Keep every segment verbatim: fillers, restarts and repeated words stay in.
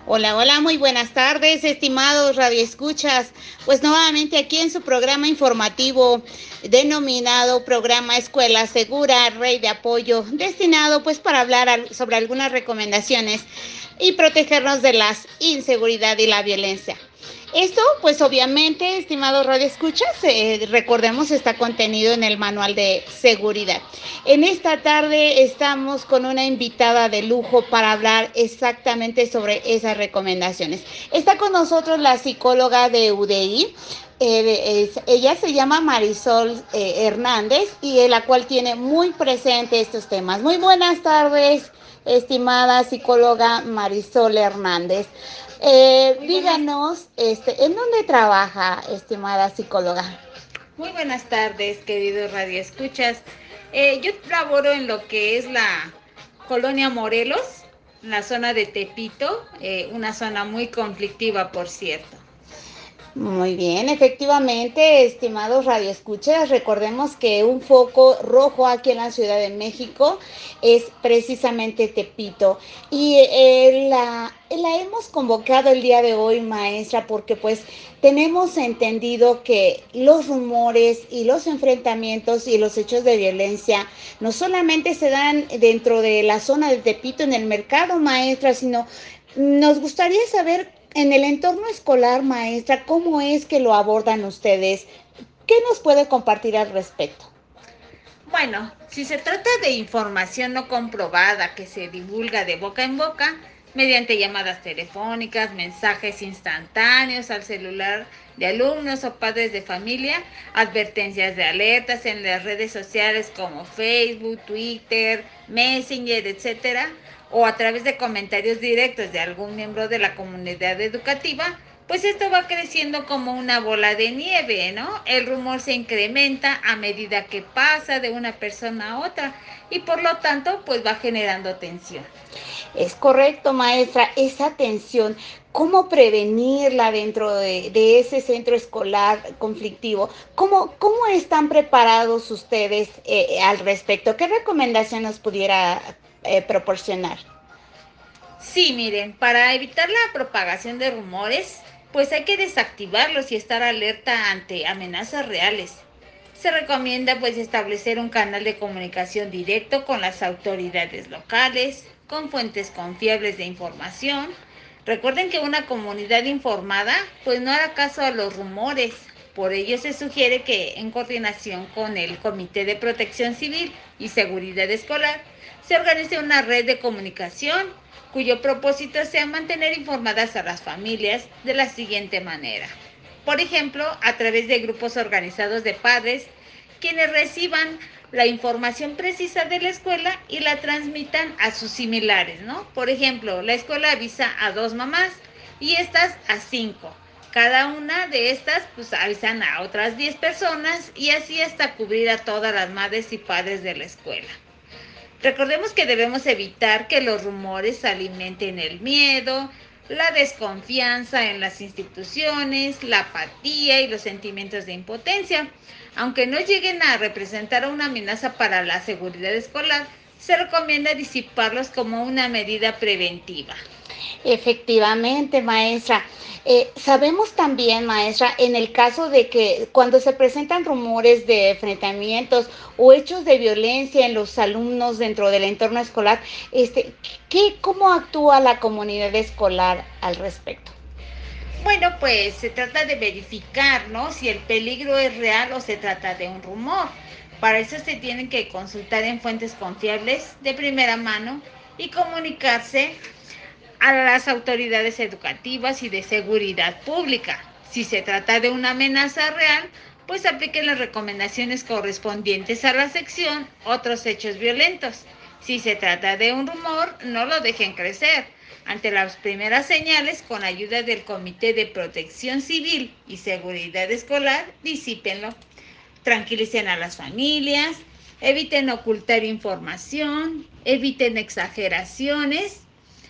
Hola, hola, muy buenas tardes, estimados radioescuchas. Pues nuevamente aquí en su programa informativo denominado Programa Escuela Segura, Red de Apoyo, destinado pues para hablar al- sobre algunas recomendaciones y protegernos de la inseguridad y la violencia. Esto, pues obviamente, estimados radioescuchas, eh, recordemos, está contenido en el manual de seguridad. En esta tarde estamos con una invitada de lujo para hablar exactamente sobre esas recomendaciones. Está con nosotros la psicóloga de U D I. Eh, es, ella se llama Marisol eh, Hernández y en la cual tiene muy presente estos temas. Muy buenas tardes, estimada psicóloga Marisol Hernández. Eh, Muy buenas, díganos, este, ¿en dónde trabaja, estimada psicóloga? muy buenas tardes, queridos radioescuchas. Eh, yo laboro en lo que es la colonia Morelos, en la zona de Tepito, eh, una zona muy conflictiva, por cierto. Muy bien, efectivamente, estimados radioescuchas, recordemos que un foco rojo aquí en la Ciudad de México es precisamente Tepito. Y eh, la, la hemos convocado el día de hoy, maestra, porque pues tenemos entendido que los rumores y los enfrentamientos y los hechos de violencia no solamente se dan dentro de la zona de Tepito en el mercado, maestra, sino nos gustaría saber en el entorno escolar, maestra, ¿cómo es que lo abordan ustedes? ¿Qué nos puede compartir al respecto? Bueno, si se trata de información no comprobada que se divulga de boca en boca, mediante llamadas telefónicas, mensajes instantáneos al celular de alumnos o padres de familia, advertencias de alertas en las redes sociales como Facebook, Twitter, Messenger, etcétera, o a través de comentarios directos de algún miembro de la comunidad educativa, pues esto va creciendo como una bola de nieve, ¿no? El rumor se incrementa a medida que pasa de una persona a otra y por lo tanto pues va generando tensión. Es correcto, maestra, esa tensión, ¿cómo prevenirla dentro de, de ese centro escolar conflictivo? ¿Cómo, cómo están preparados ustedes eh, al respecto? ¿Qué recomendación nos pudiera eh, proporcionar? Sí, miren, para evitar la propagación de rumores, pues hay que desactivarlos y estar alerta ante amenazas reales. Se recomienda pues establecer un canal de comunicación directo con las autoridades locales, con fuentes confiables de información. Recuerden que una comunidad informada pues no hará caso a los rumores. Por ello se sugiere que en coordinación con el Comité de Protección Civil y Seguridad Escolar se organice una red de comunicación cuyo propósito sea mantener informadas a las familias de la siguiente manera. Por ejemplo, a través de grupos organizados de padres, quienes reciban la información precisa de la escuela y la transmitan a sus similares, ¿no? Por ejemplo, la escuela avisa a dos mamás y estas a cinco. Cada una de estas pues avisan a otras diez personas y así hasta cubrir a todas las madres y padres de la escuela. Recordemos que debemos evitar que los rumores alimenten el miedo, la desconfianza en las instituciones, la apatía y los sentimientos de impotencia. Aunque no lleguen a representar una amenaza para la seguridad escolar, se recomienda disiparlos como una medida preventiva. Efectivamente, maestra. Eh, sabemos también, maestra, en el caso de que cuando se presentan rumores de enfrentamientos o hechos de violencia en los alumnos dentro del entorno escolar, este, ¿qué, ¿cómo actúa la comunidad escolar al respecto? Bueno, pues se trata de verificar, ¿no? Si el peligro es real o se trata de un rumor. Para eso se tienen que consultar en fuentes confiables de primera mano y comunicarse a las autoridades educativas y de seguridad pública. Si se trata de una amenaza real, pues apliquen las recomendaciones correspondientes a la sección otros hechos violentos. Si se trata de un rumor, no lo dejen crecer. Ante las primeras señales, con ayuda del Comité de Protección Civil y Seguridad Escolar, disípenlo. Tranquilicen a las familias, eviten ocultar información, eviten exageraciones,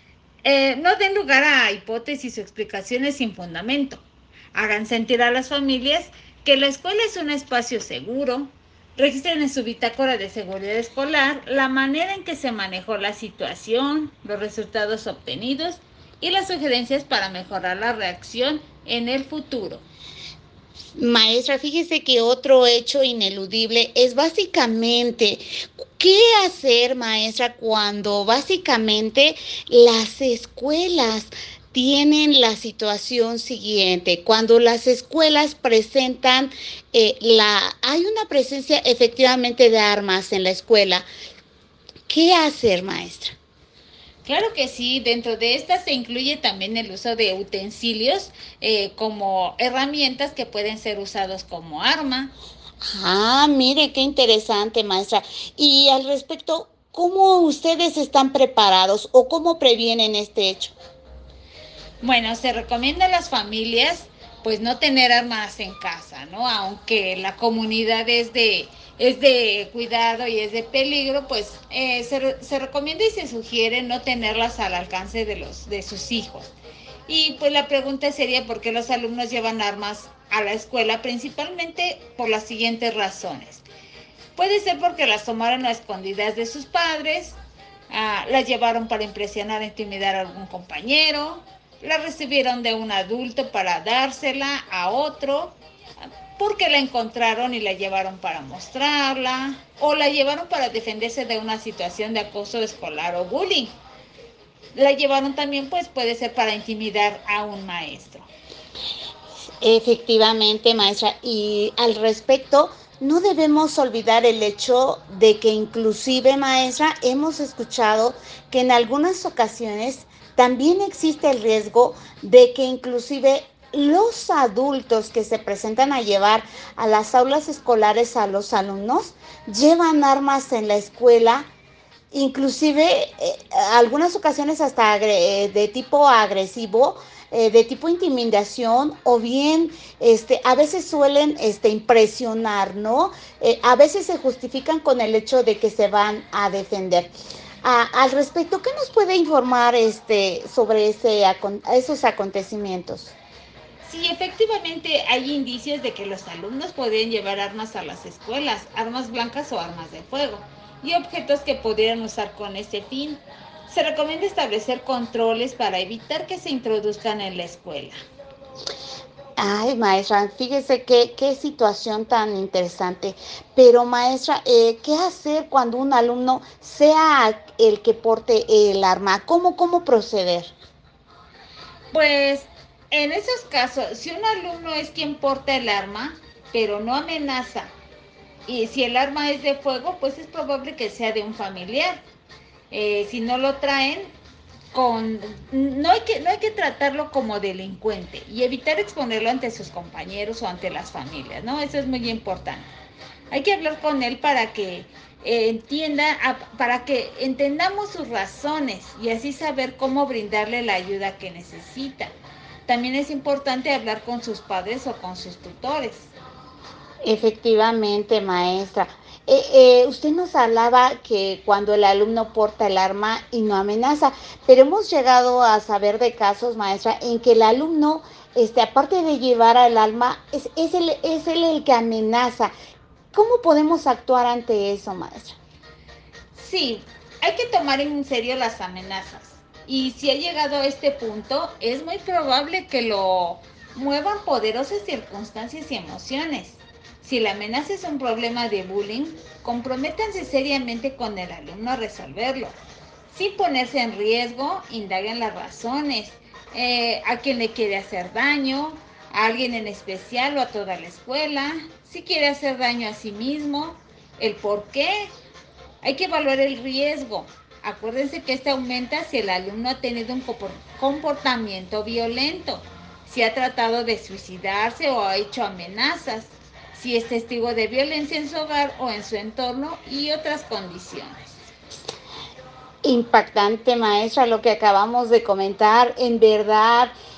eh, no den lugar a hipótesis o explicaciones sin fundamento. Hagan sentir a las familias que la escuela es un espacio seguro. Registren en su bitácora de seguridad escolar la manera en que se manejó la situación, los resultados obtenidos y las sugerencias para mejorar la reacción en el futuro. Maestra, fíjese que otro hecho ineludible es básicamente qué hacer, maestra, cuando básicamente las escuelas tienen la situación siguiente, cuando las escuelas presentan eh, la, hay una presencia efectivamente de armas en la escuela. ¿Qué hacer, maestra? Claro que sí, dentro de estas se incluye también el uso de utensilios eh, como herramientas que pueden ser usados como arma. Ah, mire, qué interesante, maestra. Y al respecto, ¿cómo ustedes están preparados o cómo previenen este hecho? Bueno, se recomienda a las familias pues no tener armas en casa, ¿no? Aunque la comunidad es de, es de cuidado y es de peligro, pues eh, se, se recomienda y se sugiere no tenerlas al alcance de, los, de sus hijos. Y pues la pregunta sería por qué los alumnos llevan armas a la escuela, principalmente por las siguientes razones. Puede ser porque las tomaron a escondidas de sus padres, ah, las llevaron para impresionar e intimidar a algún compañero, la recibieron de un adulto para dársela a otro, porque la encontraron y la llevaron para mostrarla, o la llevaron para defenderse de una situación de acoso escolar o bullying. La llevaron también, pues puede ser para intimidar a un maestro. Efectivamente, maestra. Y al respecto, no debemos olvidar el hecho de que inclusive, maestra, hemos escuchado que en algunas ocasiones también existe el riesgo de que inclusive los adultos que se presentan a llevar a las aulas escolares a los alumnos llevan armas en la escuela, inclusive eh, algunas ocasiones hasta agre- de tipo agresivo, eh, de tipo intimidación, o bien este, a veces suelen este, impresionar, ¿no? Eh, a veces se justifican con el hecho de que se van a defender. A, al respecto, ¿qué nos puede informar este, sobre ese, esos acontecimientos? Sí, efectivamente hay indicios de que los alumnos podrían llevar armas a las escuelas, armas blancas o armas de fuego, y objetos que pudieran usar con ese fin. Se recomienda establecer controles para evitar que se introduzcan en la escuela. Ay, maestra, fíjese qué, qué situación tan interesante. Pero, maestra, eh, ¿qué hacer cuando un alumno sea el que porte el arma? ¿Cómo, cómo proceder? Pues en esos casos, si un alumno es quien porta el arma, pero no amenaza, y si el arma es de fuego, pues es probable que sea de un familiar. Eh, si no lo traen, con, no, hay que, no hay que tratarlo como delincuente y evitar exponerlo ante sus compañeros o ante las familias, ¿no? Eso es muy importante. Hay que hablar con él para que eh, entienda, a, para que entendamos sus razones y así saber cómo brindarle la ayuda que necesita. También es importante hablar con sus padres o con sus tutores. Efectivamente, maestra. Eh, eh, usted nos hablaba que cuando el alumno porta el arma y no amenaza, pero hemos llegado a saber de casos, maestra, en que el alumno, este, aparte de llevar al arma, es, es, el, es él el que amenaza. ¿Cómo podemos actuar ante eso, maestra? Sí, hay que tomar en serio las amenazas. Y si ha llegado a este punto, es muy probable que lo muevan poderosas circunstancias y emociones. Si la amenaza es un problema de bullying, comprométanse seriamente con el alumno a resolverlo. Sin ponerse en riesgo, indaguen las razones, eh, a quién le quiere hacer daño, a alguien en especial o a toda la escuela, si quiere hacer daño a sí mismo, el por qué. Hay que evaluar el riesgo. Acuérdense que este aumenta si el alumno ha tenido un comportamiento violento, si ha tratado de suicidarse o ha hecho amenazas, si es testigo de violencia en su hogar o en su entorno y otras condiciones. Impactante, maestra, lo que acabamos de comentar. En verdad,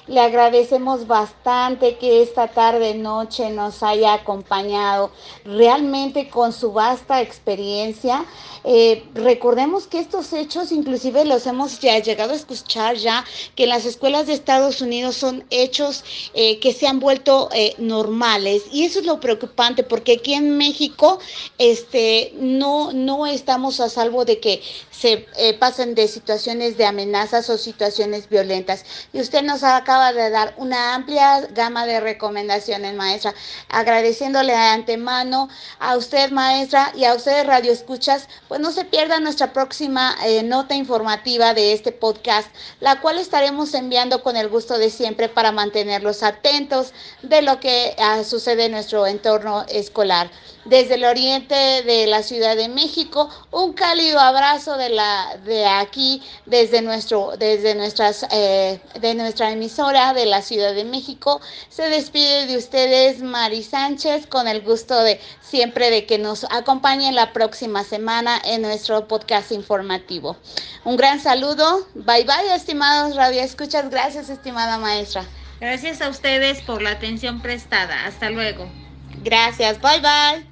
Le agradecemos bastante que esta tarde noche nos haya acompañado realmente con su vasta experiencia. Eh, recordemos que estos hechos inclusive los hemos ya llegado a escuchar ya, que en las escuelas de Estados Unidos son hechos eh, que se han vuelto eh, normales, y eso es lo preocupante, porque aquí en México este, no, no estamos a salvo de que se eh, pasen de situaciones de amenazas o situaciones violentas. Y usted nos acaba de dar una amplia gama de recomendaciones, maestra. Agradeciéndole de antemano a usted, maestra, y a ustedes, Radio Escuchas, pues no se pierda nuestra próxima eh, nota informativa de este podcast, la cual estaremos enviando con el gusto de siempre para mantenerlos atentos de lo que uh, sucede en nuestro entorno escolar. Desde el oriente de la Ciudad de México, un cálido abrazo de la de aquí, desde nuestro, desde nuestras, eh, de nuestra emisora de la Ciudad de México. Se despide de ustedes Mari Sánchez, con el gusto de siempre de que nos acompañen la próxima semana en nuestro podcast informativo. Un gran saludo, bye bye, estimados radioescuchas. Gracias, estimada maestra. Gracias a ustedes por la atención prestada. Hasta luego. Gracias, bye bye.